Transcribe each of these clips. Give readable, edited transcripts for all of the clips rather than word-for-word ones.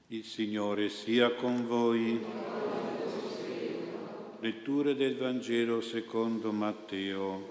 Il Signore sia con voi. Lettura del Vangelo secondo Matteo.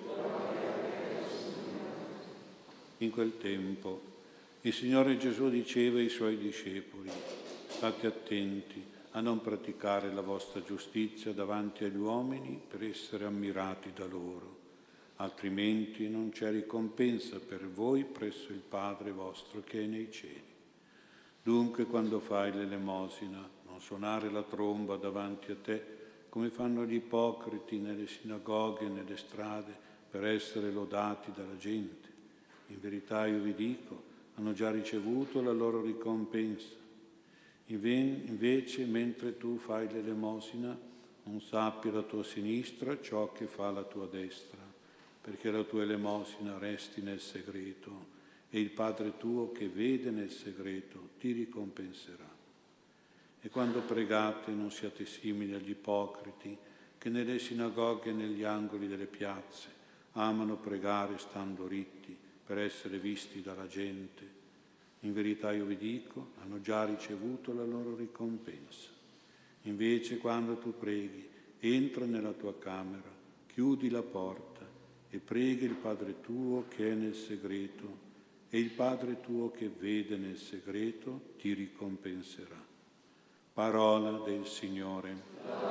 In quel tempo il Signore Gesù diceva ai Suoi discepoli: state attenti a non praticare la vostra giustizia davanti agli uomini per essere ammirati da loro, altrimenti non c'è ricompensa per voi presso il Padre vostro che è nei cieli. Dunque, quando fai l'elemosina, non suonare la tromba davanti a te, come fanno gli ipocriti nelle sinagoghe e nelle strade, per essere lodati dalla gente. In verità io vi dico, hanno già ricevuto la loro ricompensa. Invece, mentre tu fai l'elemosina, non sappi alla tua sinistra ciò che fa la tua destra, perché la tua elemosina resti nel segreto, e il Padre tuo che vede nel segreto ti ricompenserà. E quando pregate non siate simili agli ipocriti, che nelle sinagoghe e negli angoli delle piazze amano pregare stando ritti per essere visti dalla gente. In verità io vi dico, hanno già ricevuto la loro ricompensa. Invece quando tu preghi, entra nella tua camera, chiudi la porta e preghi il Padre tuo che è nel segreto, e il Padre tuo che vede nel segreto ti ricompenserà. Parola del Signore.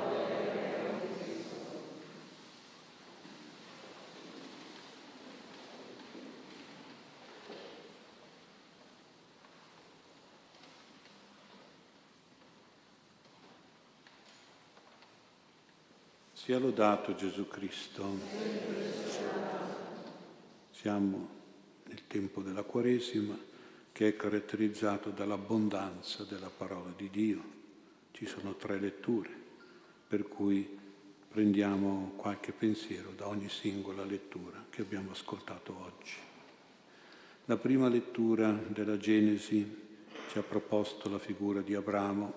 Sia lodato Gesù Cristo. Siamo nel tempo della Quaresima, che è caratterizzato dall'abbondanza della parola di Dio. Ci sono 3 letture, per cui prendiamo qualche pensiero da ogni singola lettura che abbiamo ascoltato oggi. La prima lettura della Genesi ci ha proposto la figura di Abramo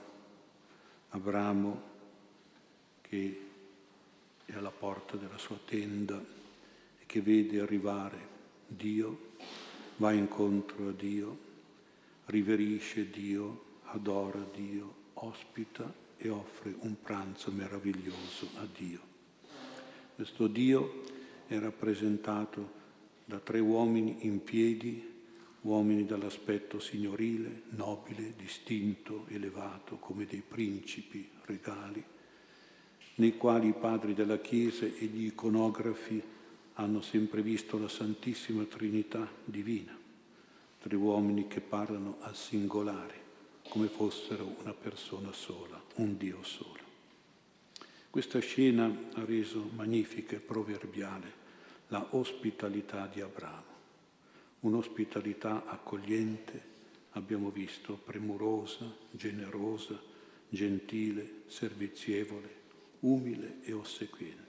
che è alla porta della sua tenda e che vede arrivare Dio, va incontro a Dio, riverisce Dio, adora Dio, ospita e offre un pranzo meraviglioso a Dio. Questo Dio è rappresentato da 3 uomini in piedi, uomini dall'aspetto signorile, nobile, distinto, elevato, come dei principi regali, nei quali i padri della Chiesa e gli iconografi hanno sempre visto la Santissima Trinità divina, 3 uomini che parlano al singolare, come fossero una persona sola, un Dio solo. Questa scena ha reso magnifica e proverbiale la ospitalità di Abramo, un'ospitalità accogliente, abbiamo visto, premurosa, generosa, gentile, servizievole, umile e ossequiente.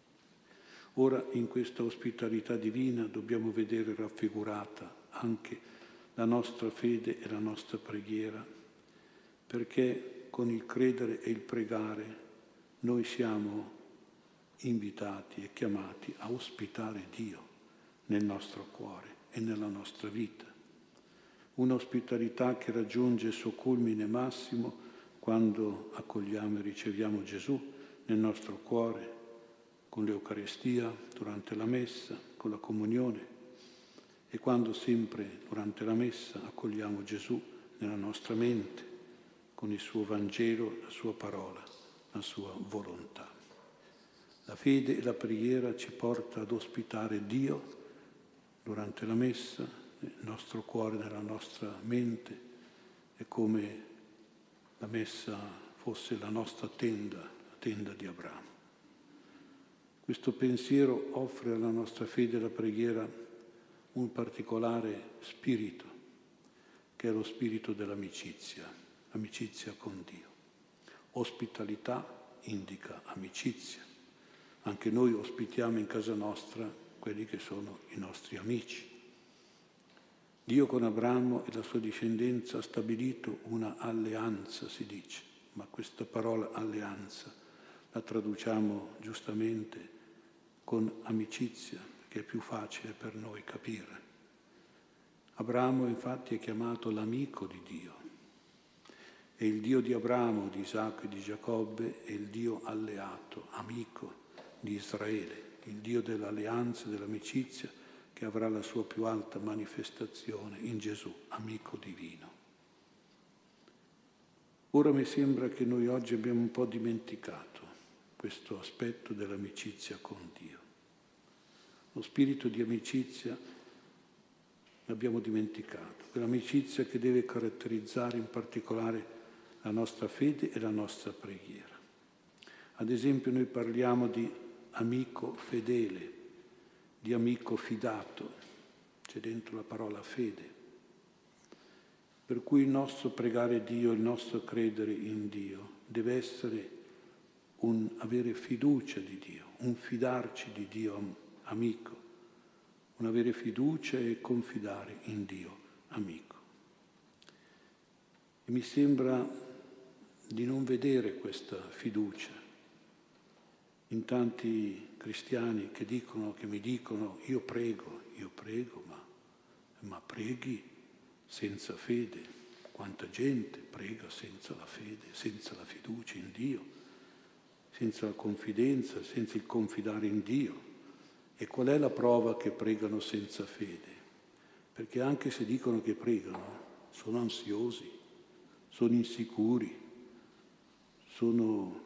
Ora in questa ospitalità divina dobbiamo vedere raffigurata anche la nostra fede e la nostra preghiera, perché con il credere e il pregare noi siamo invitati e chiamati a ospitare Dio nel nostro cuore e nella nostra vita. Un'ospitalità che raggiunge il suo culmine massimo quando accogliamo e riceviamo Gesù nel nostro cuore, con l'Eucaristia, durante la Messa, con la comunione, e quando sempre durante la Messa accogliamo Gesù nella nostra mente, con il suo Vangelo, la sua parola, la sua volontà. La fede e la preghiera ci porta ad ospitare Dio durante la Messa, nel nostro cuore, nella nostra mente, è come la Messa fosse la nostra tenda, la tenda di Abramo. Questo pensiero offre alla nostra fede e alla preghiera un particolare spirito, che è lo spirito dell'amicizia, l'amicizia con Dio. Ospitalità indica amicizia. Anche noi ospitiamo in casa nostra quelli che sono i nostri amici. Dio con Abramo e la sua discendenza ha stabilito una alleanza, si dice, ma questa parola alleanza la traduciamo giustamente con amicizia, perché è più facile per noi capire. Abramo infatti è chiamato l'amico di Dio. È il Dio di Abramo, di Isacco e di Giacobbe, è il Dio alleato, amico di Israele, il Dio dell'alleanza e dell'amicizia che avrà la sua più alta manifestazione in Gesù, amico divino. Ora mi sembra che noi oggi abbiamo un po' dimenticato questo aspetto dell'amicizia con Dio. Lo spirito di amicizia l'abbiamo dimenticato, quell'amicizia che deve caratterizzare in particolare la nostra fede e la nostra preghiera. Ad esempio noi parliamo di amico fedele, di amico fidato, c'è dentro la parola fede, per cui il nostro pregare Dio, il nostro credere in Dio deve essere un avere fiducia di Dio, un fidarci di Dio amico, un avere fiducia e confidare in Dio amico. E mi sembra di non vedere questa fiducia in tanti cristiani che mi dicono io prego, ma preghi senza fede. Quanta gente prega senza la fede, senza la fiducia in Dio, senza la confidenza, senza il confidare in Dio. E qual è la prova che pregano senza fede? Perché anche se dicono che pregano, sono ansiosi, sono insicuri, sono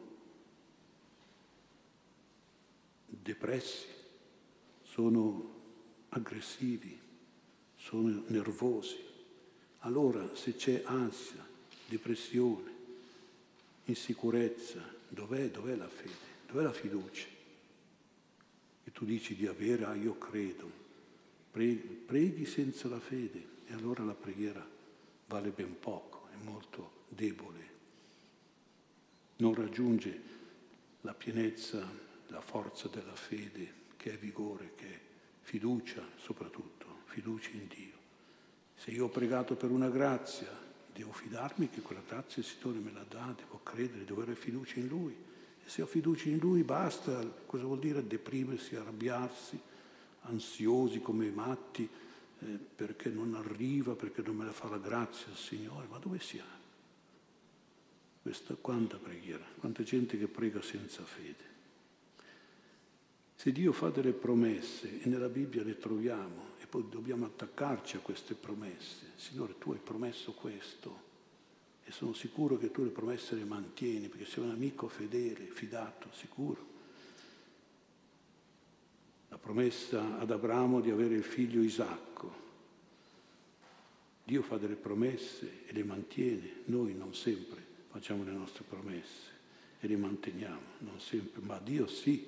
depressi, sono aggressivi, sono nervosi. Allora, se c'è ansia, depressione, insicurezza, dov'è la fede? Dov'è la fiducia? E tu dici di avere, io credo. Preghi senza la fede e allora la preghiera vale ben poco, è molto debole. Non raggiunge la pienezza, la forza della fede, che è vigore, che è fiducia soprattutto, fiducia in Dio. Se io ho pregato per una grazia, devo fidarmi che quella grazia il Signore me la dà, devo credere, devo avere fiducia in Lui. E se ho fiducia in Lui basta, cosa vuol dire deprimersi, arrabbiarsi, ansiosi come matti, perché non arriva, perché non me la fa la grazia il Signore? Ma dove siamo? Quanta preghiera, quanta gente che prega senza fede. Se Dio fa delle promesse, e nella Bibbia le troviamo, e poi dobbiamo attaccarci a queste promesse. Signore, tu hai promesso questo, e sono sicuro che tu le promesse le mantieni, perché sei un amico fedele, fidato, sicuro. La promessa ad Abramo di avere il figlio Isacco. Dio fa delle promesse e le mantiene, noi non sempre facciamo le nostre promesse e le manteniamo, non sempre, ma Dio sì.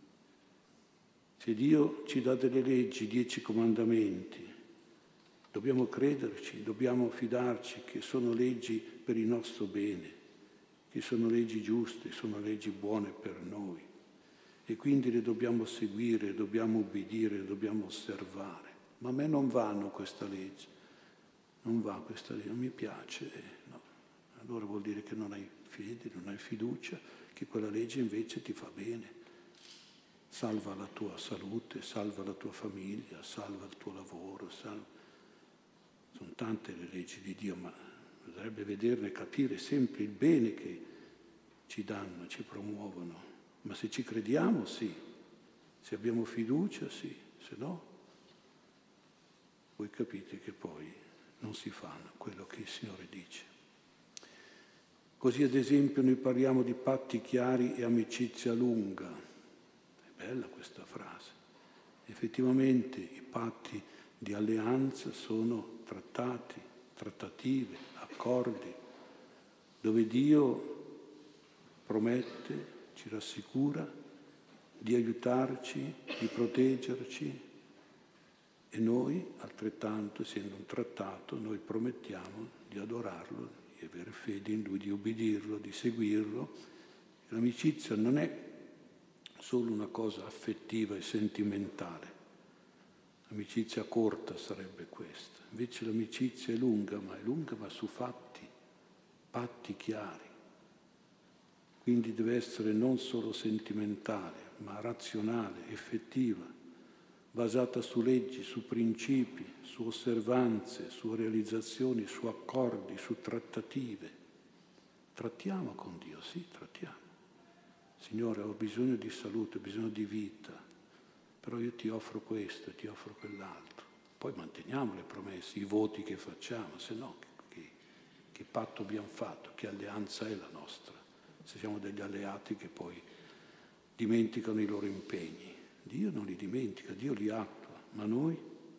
Se Dio ci dà delle leggi, 10 comandamenti, dobbiamo crederci, dobbiamo fidarci che sono leggi per il nostro bene, che sono leggi giuste, sono leggi buone per noi. E quindi le dobbiamo seguire, dobbiamo obbedire, le dobbiamo osservare. Ma a me non vanno questa legge, non va questa legge, non mi piace, no. Allora vuol dire che non hai fede, non hai fiducia, che quella legge invece ti fa bene. Salva la tua salute, salva la tua famiglia, salva il tuo lavoro, sono tante le leggi di Dio, ma bisognerebbe vederne, capire sempre il bene che ci danno, ci promuovono. Ma se ci crediamo, sì. Se abbiamo fiducia, sì. Se no, voi capite che poi non si fanno quello che il Signore dice. Così ad esempio noi parliamo di patti chiari e amicizia lunga. Bella questa frase. Effettivamente i patti di alleanza sono trattati, trattative, accordi, dove Dio promette, ci rassicura di aiutarci, di proteggerci e noi altrettanto, essendo un trattato, noi promettiamo di adorarlo, di avere fede in Lui, di ubbidirlo, di seguirlo. E l'amicizia non è solo una cosa affettiva e sentimentale. L'amicizia corta sarebbe questa. Invece l'amicizia è lunga ma su fatti, patti chiari. Quindi deve essere non solo sentimentale, ma razionale, effettiva, basata su leggi, su principi, su osservanze, su realizzazioni, su accordi, su trattative. Trattiamo con Dio, sì, trattiamo. Signore, ho bisogno di salute, ho bisogno di vita, però io ti offro questo, ti offro quell'altro. Poi manteniamo le promesse, i voti che facciamo, se no che patto abbiamo fatto, che alleanza è la nostra, se siamo degli alleati che poi dimenticano i loro impegni. Dio non li dimentica, Dio li attua, ma noi?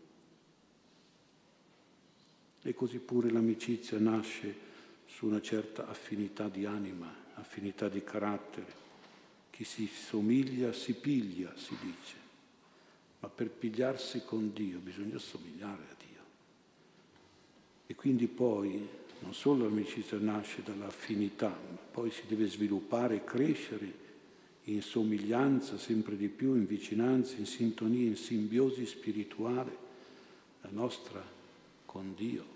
E così pure l'amicizia nasce su una certa affinità di anima, affinità di carattere. Chi si somiglia si piglia, si dice, ma per pigliarsi con Dio bisogna somigliare a Dio. E quindi poi non solo l'amicizia nasce dall'affinità, ma poi si deve sviluppare e crescere in somiglianza sempre di più, in vicinanza, in sintonia, in simbiosi spirituale, la nostra con Dio.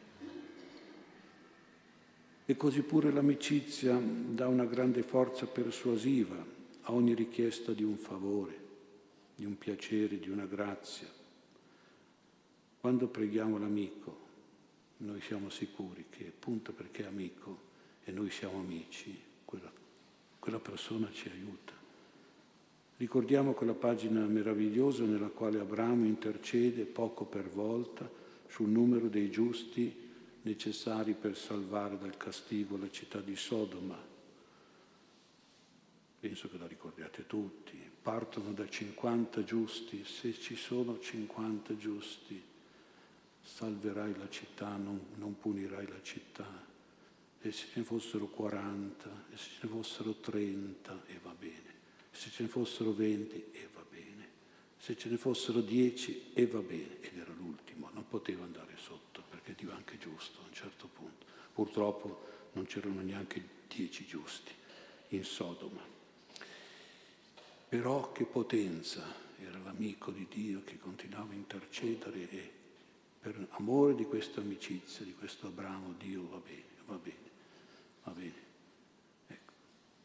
E così pure l'amicizia dà una grande forza persuasiva a ogni richiesta di un favore, di un piacere, di una grazia. Quando preghiamo l'amico, noi siamo sicuri che appunto perché è amico e noi siamo amici, quella persona ci aiuta. Ricordiamo quella pagina meravigliosa nella quale Abramo intercede poco per volta sul numero dei giusti necessari per salvare dal castigo la città di Sodoma. Penso che la ricordiate tutti. Partono da 50 giusti, se ci sono 50 giusti salverai la città, non punirai la città. E se ce ne fossero 40, e se ce ne fossero 30, e va bene. Se ce ne fossero 20, e va bene. Se ce ne fossero 10, e va bene. Ed era l'ultimo, non poteva andare sotto, perché Dio è anche giusto a un certo punto. Purtroppo non c'erano neanche 10 giusti in Sodoma. Però che potenza, era l'amico di Dio che continuava a intercedere e per amore di questa amicizia, di questo Abramo, Dio va bene, va bene, va bene. Ecco.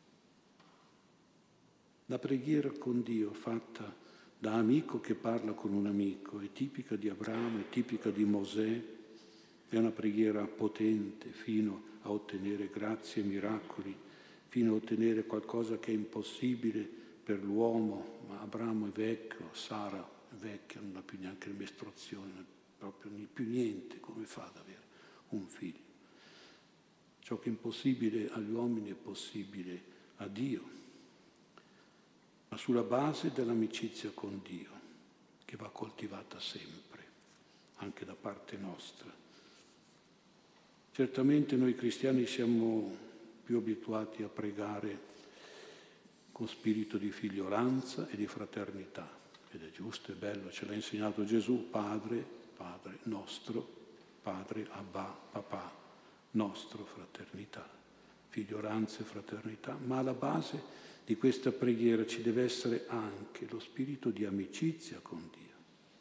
La preghiera con Dio fatta da amico che parla con un amico è tipica di Abramo, è tipica di Mosè, è una preghiera potente fino a ottenere grazie e miracoli, fino a ottenere qualcosa che è impossibile per l'uomo, ma Abramo è vecchio, Sara è vecchia, non ha più neanche le mestruazioni, proprio più niente, come fa ad avere un figlio? Ciò che è impossibile agli uomini è possibile a Dio, ma sulla base dell'amicizia con Dio, che va coltivata sempre, anche da parte nostra. Certamente noi cristiani siamo più abituati a pregare con spirito di figliolanza e di fraternità, ed è giusto, è bello, ce l'ha insegnato Gesù, Padre nostro, Padre, Abba, Papà, nostro, fraternità, figliolanza e fraternità, ma alla base di questa preghiera ci deve essere anche lo spirito di amicizia con Dio.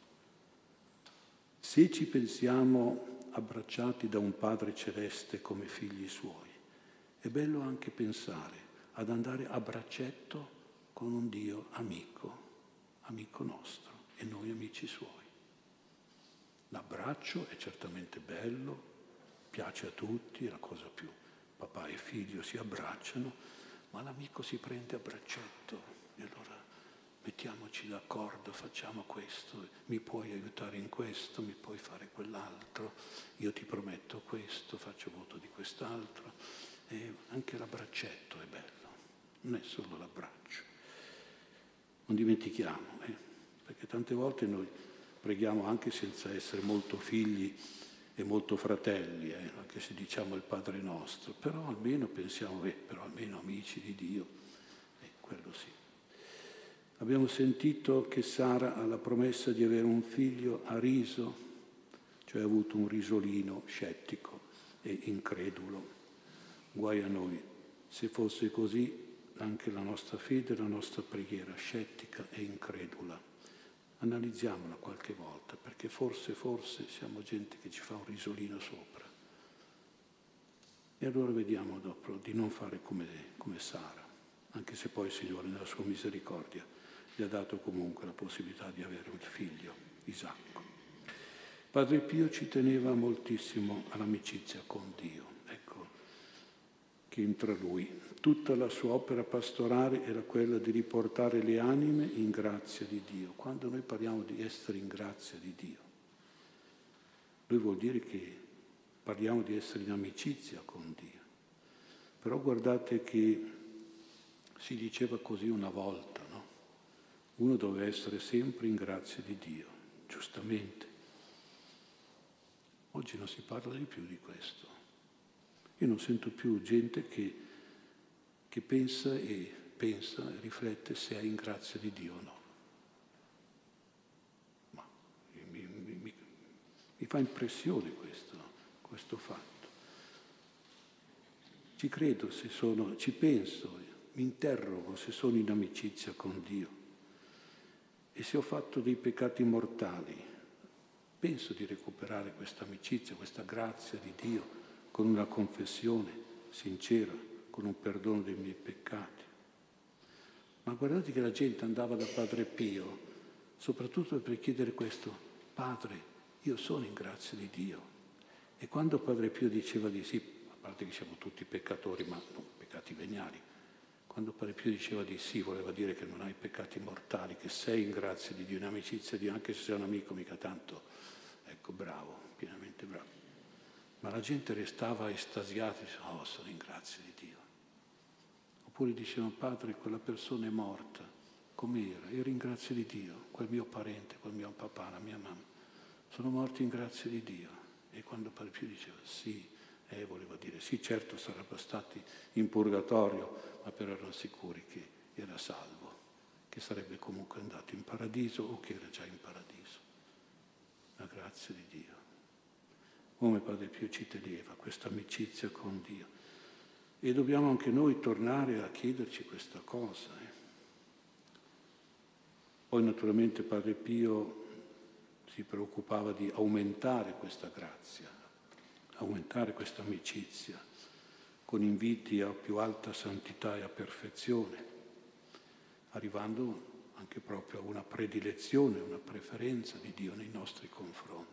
Se ci pensiamo abbracciati da un Padre celeste come figli suoi, è bello anche pensare ad andare a braccetto con un Dio amico, amico nostro, e noi amici suoi. L'abbraccio è certamente bello, piace a tutti, è la cosa più. Papà e figlio si abbracciano, ma l'amico si prende a braccetto e allora mettiamoci d'accordo, facciamo questo, mi puoi aiutare in questo, mi puoi fare quell'altro, io ti prometto questo, faccio voto di quest'altro. E anche l'abbraccetto è bello, non è solo l'abbraccio. Non dimentichiamo, perché tante volte noi preghiamo anche senza essere molto figli e molto fratelli, anche se diciamo il Padre nostro, però almeno pensiamo, però almeno amici di Dio, quello sì. Abbiamo sentito che Sara ha la promessa di avere un figlio a riso, cioè ha avuto un risolino scettico e incredulo. Guai a noi, se fosse così anche la nostra fede, la nostra preghiera scettica e incredula. Analizziamola qualche volta, perché forse siamo gente che ci fa un risolino sopra. E allora vediamo dopo di non fare come Sara, anche se poi il Signore nella sua misericordia gli ha dato comunque la possibilità di avere un figlio, Isacco. Padre Pio ci teneva moltissimo all'amicizia con Dio, ecco, che entra lui. Tutta la sua opera pastorale era quella di riportare le anime in grazia di Dio. Quando noi parliamo di essere in grazia di Dio, noi vuol dire che parliamo di essere in amicizia con Dio. Però guardate che si diceva così una volta, no? Uno doveva essere sempre in grazia di Dio, giustamente. Oggi non si parla di più di questo. Io non sento più gente che pensa e riflette se è in grazia di Dio o no. Ma mi fa impressione questo fatto. Ci credo ci penso, mi interrogo se sono in amicizia con Dio e se ho fatto dei peccati mortali. Penso di recuperare questa amicizia, questa grazia di Dio con una confessione sincera, con un perdono dei miei peccati. Ma guardate che la gente andava da Padre Pio, soprattutto per chiedere questo: Padre, io sono in grazia di Dio. E quando Padre Pio diceva di sì, a parte che siamo tutti peccatori, ma non peccati veniali, quando Padre Pio diceva di sì, voleva dire che non hai peccati mortali, che sei in grazia di Dio, in amicizia di Dio, anche se sei un amico, mica tanto, ecco, bravo, pienamente bravo. Ma la gente restava estasiata e diceva: oh, sono in grazia di Dio. Oppure dicevano: Padre, quella persona è morta, com'era? Era in grazia di Dio, quel mio parente, quel mio papà, la mia mamma, sono morti in grazia di Dio. E quando Padre Pio diceva sì, voleva dire sì, certo sarebbero stati in purgatorio, ma però erano sicuri che era salvo, che sarebbe comunque andato in paradiso o che era già in paradiso. La grazia di Dio. Come Padre Pio ci teneva questa amicizia con Dio. E dobbiamo anche noi tornare a chiederci questa cosa. Poi naturalmente Padre Pio si preoccupava di aumentare questa grazia, aumentare questa amicizia, con inviti a più alta santità e a perfezione, arrivando anche proprio a una predilezione, una preferenza di Dio nei nostri confronti.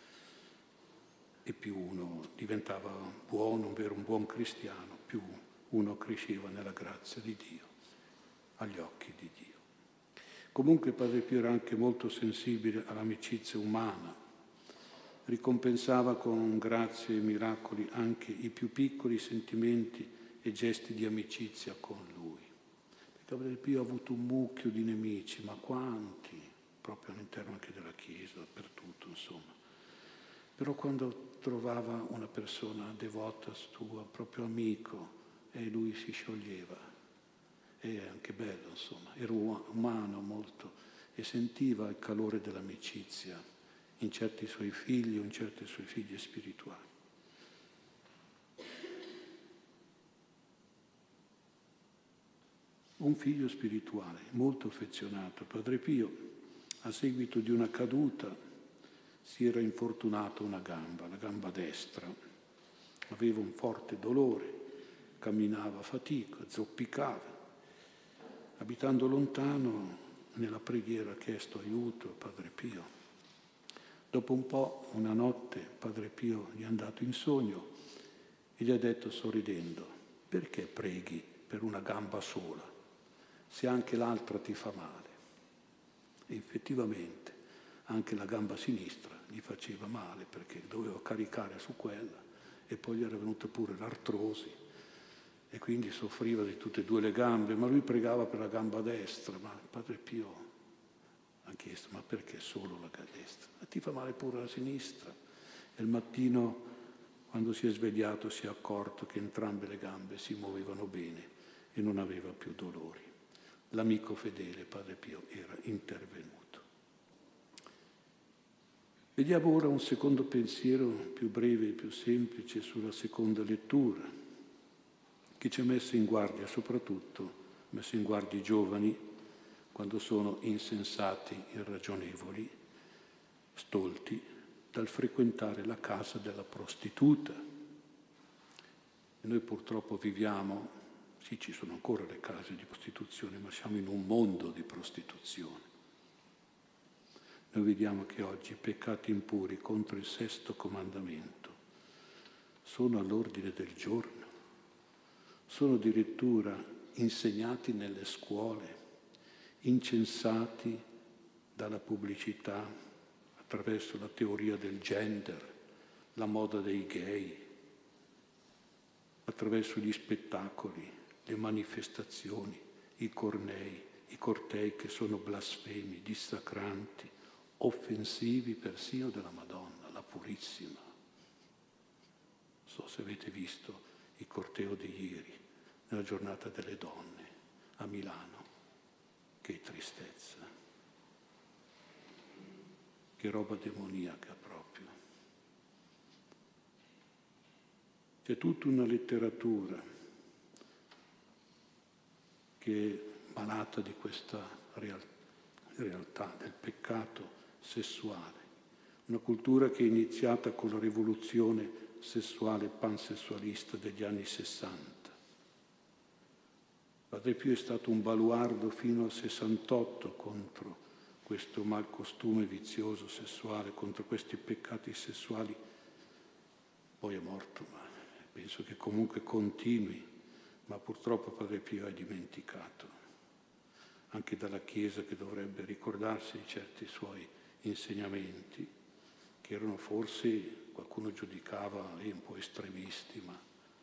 E più uno diventava buono, un buon cristiano, più uno cresceva nella grazia di Dio, agli occhi di Dio. Comunque Padre Pio era anche molto sensibile all'amicizia umana, ricompensava con grazie e miracoli anche i più piccoli sentimenti e gesti di amicizia con lui. Perché Padre Pio ha avuto un mucchio di nemici, ma quanti? Proprio all'interno anche della Chiesa, dappertutto, insomma. Però quando trovava una persona devota sua, proprio amico, e lui si scioglieva. E anche bello, insomma, era umano molto e sentiva il calore dell'amicizia in certi suoi figli o in certi suoi figli spirituali. Un figlio spirituale molto affezionato, Padre Pio, a seguito di una caduta, si era infortunato una gamba, la gamba destra. Aveva un forte dolore, camminava a fatica, zoppicava. Abitando lontano, nella preghiera ha chiesto aiuto a Padre Pio. Dopo un po', una notte, Padre Pio gli è andato in sogno e gli ha detto sorridendo: perché preghi per una gamba sola, se anche l'altra ti fa male? E effettivamente anche la gamba sinistra gli faceva male, perché doveva caricare su quella e poi gli era venuta pure l'artrosi e quindi soffriva di tutte e due le gambe, ma lui pregava per la gamba destra. Ma Padre Pio ha chiesto: ma perché solo la destra? Ma ti fa male pure la sinistra? E il mattino, quando si è svegliato, si è accorto che entrambe le gambe si muovevano bene e non aveva più dolori. L'amico fedele, Padre Pio, era intervenuto. Vediamo ora un secondo pensiero più breve e più semplice sulla seconda lettura, che ci ha messo in guardia, soprattutto messo in guardia i giovani quando sono insensati, irragionevoli, stolti, dal frequentare la casa della prostituta. E noi purtroppo viviamo, sì, ci sono ancora le case di prostituzione, ma siamo in un mondo di prostituzione. Noi vediamo che oggi i peccati impuri contro il sesto comandamento sono all'ordine del giorno. sono addirittura insegnati nelle scuole, incensati dalla pubblicità attraverso la teoria del gender, la moda dei gay, attraverso gli spettacoli, le manifestazioni, i cornei, i cortei che sono blasfemi, dissacranti, offensivi persino della Madonna, la Purissima. Non so se avete visto il corteo di ieri, nella giornata delle donne, a Milano. Che tristezza, che roba demoniaca proprio. C'è tutta una letteratura che è malata di questa realtà del peccato sessuale, una cultura che è iniziata con la rivoluzione sessuale pansessualista degli anni 60. Padre Pio è stato un baluardo fino al 68 contro questo malcostume vizioso sessuale, contro questi peccati sessuali. Poi è morto, ma penso che comunque continui, ma purtroppo Padre Pio è dimenticato, anche dalla Chiesa, che dovrebbe ricordarsi di certi suoi insegnamenti, che erano forse, qualcuno giudicava un po' estremisti, ma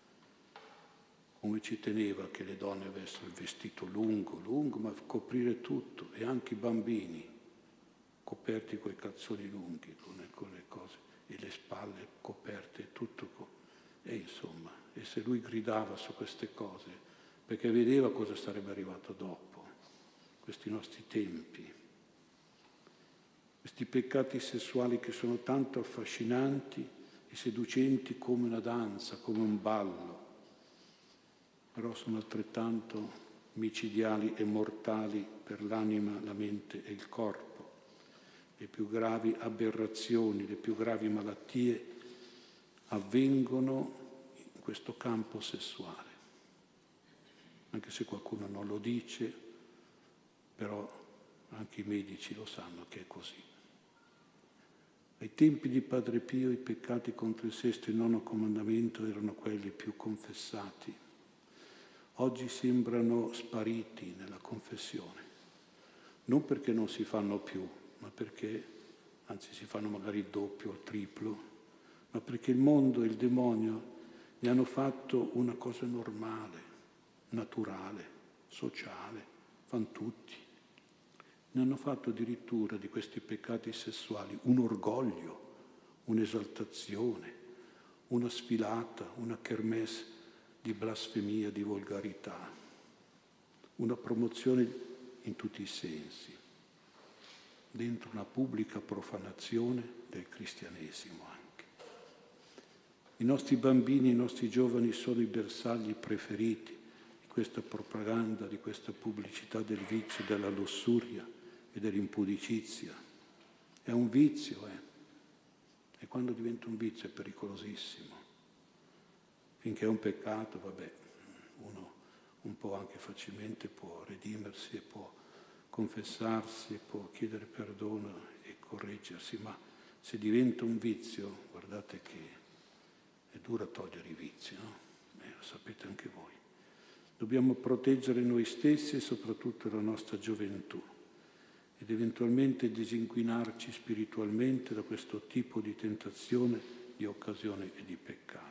come ci teneva che le donne avessero il vestito lungo, ma coprire tutto, e anche i bambini coperti coi calzoni lunghi, con le cose, e le spalle coperte, tutto. E insomma, e se lui gridava su queste cose, perché vedeva cosa sarebbe arrivato dopo, questi nostri tempi, questi peccati sessuali che sono tanto affascinanti e seducenti come una danza, come un ballo, però sono altrettanto micidiali e mortali per l'anima, la mente e il corpo. Le più gravi aberrazioni, le più gravi malattie avvengono in questo campo sessuale. Anche se qualcuno non lo dice, però anche i medici lo sanno che è così. Ai tempi di Padre Pio i peccati contro il sesto e il nono comandamento erano quelli più confessati. Oggi sembrano spariti nella confessione, non perché non si fanno più, ma perché, anzi si fanno magari il doppio o il triplo, ma perché il mondo e il demonio ne hanno fatto una cosa normale, naturale, sociale, fanno tutti. Ne hanno fatto addirittura di questi peccati sessuali un orgoglio, un'esaltazione, una sfilata, una kermesse di blasfemia, di volgarità, una promozione in tutti i sensi, dentro una pubblica profanazione del cristianesimo anche. I nostri bambini, i nostri giovani sono i bersagli preferiti di questa propaganda, di questa pubblicità del vizio, della lussuria e dell'impudicizia. È un vizio, e quando diventa un vizio è pericolosissimo. Finché è un peccato, vabbè, uno un po' anche facilmente può redimersi e può confessarsi, può chiedere perdono e correggersi, ma se diventa un vizio, guardate che è dura togliere i vizi, no? Lo sapete anche voi. Dobbiamo proteggere noi stessi e soprattutto la nostra gioventù ed eventualmente disinquinarci spiritualmente da questo tipo di tentazione, di occasione e di peccato.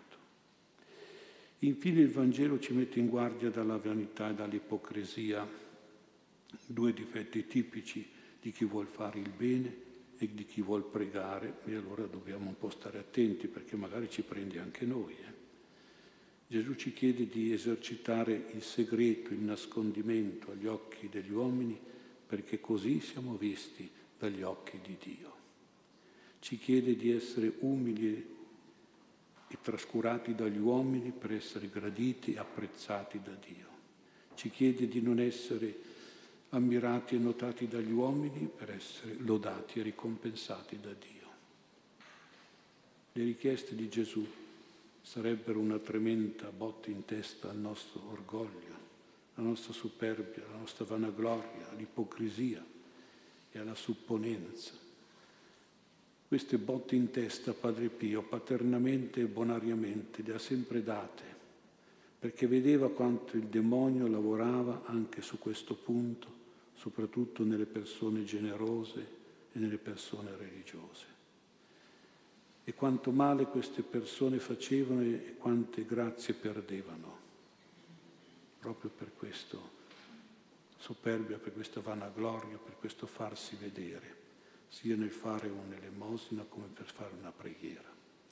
Infine il Vangelo ci mette in guardia dalla vanità e dall'ipocrisia, due difetti tipici di chi vuol fare il bene e di chi vuol pregare, e allora dobbiamo un po' stare attenti perché magari ci prende anche noi. Gesù ci chiede di esercitare il segreto, il nascondimento agli occhi degli uomini perché così siamo visti dagli occhi di Dio. Ci chiede di essere umili e trascurati dagli uomini per essere graditi e apprezzati da Dio. Ci chiede di non essere ammirati e notati dagli uomini per essere lodati e ricompensati da Dio. Le richieste di Gesù sarebbero una tremenda botta in testa al nostro orgoglio, alla nostra superbia, alla nostra vanagloria, all'ipocrisia e alla supponenza. Queste botte in testa Padre Pio paternamente e bonariamente le ha sempre date perché vedeva quanto il demonio lavorava anche su questo punto, soprattutto nelle persone generose e nelle persone religiose. E quanto male queste persone facevano e quante grazie perdevano, proprio per questo superbia, per questa vanagloria, per questo farsi vedere, sia nel fare un'elemosina come per fare una preghiera.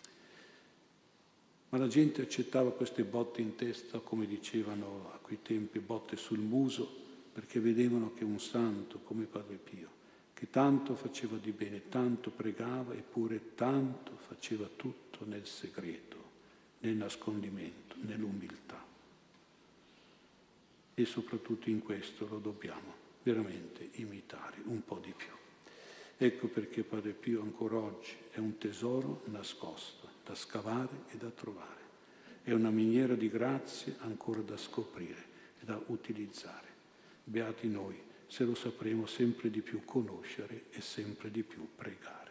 Ma la gente accettava queste botte in testa, come dicevano a quei tempi, botte sul muso, perché vedevano che un santo come Padre Pio, che tanto faceva di bene, tanto pregava, eppure tanto faceva tutto nel segreto, nel nascondimento, nell'umiltà. E soprattutto in questo lo dobbiamo veramente imitare un po' di più. Ecco perché Padre Pio ancora oggi è un tesoro nascosto, da scavare e da trovare. È una miniera di grazie ancora da scoprire e da utilizzare. Beati noi se lo sapremo sempre di più conoscere e sempre di più pregare.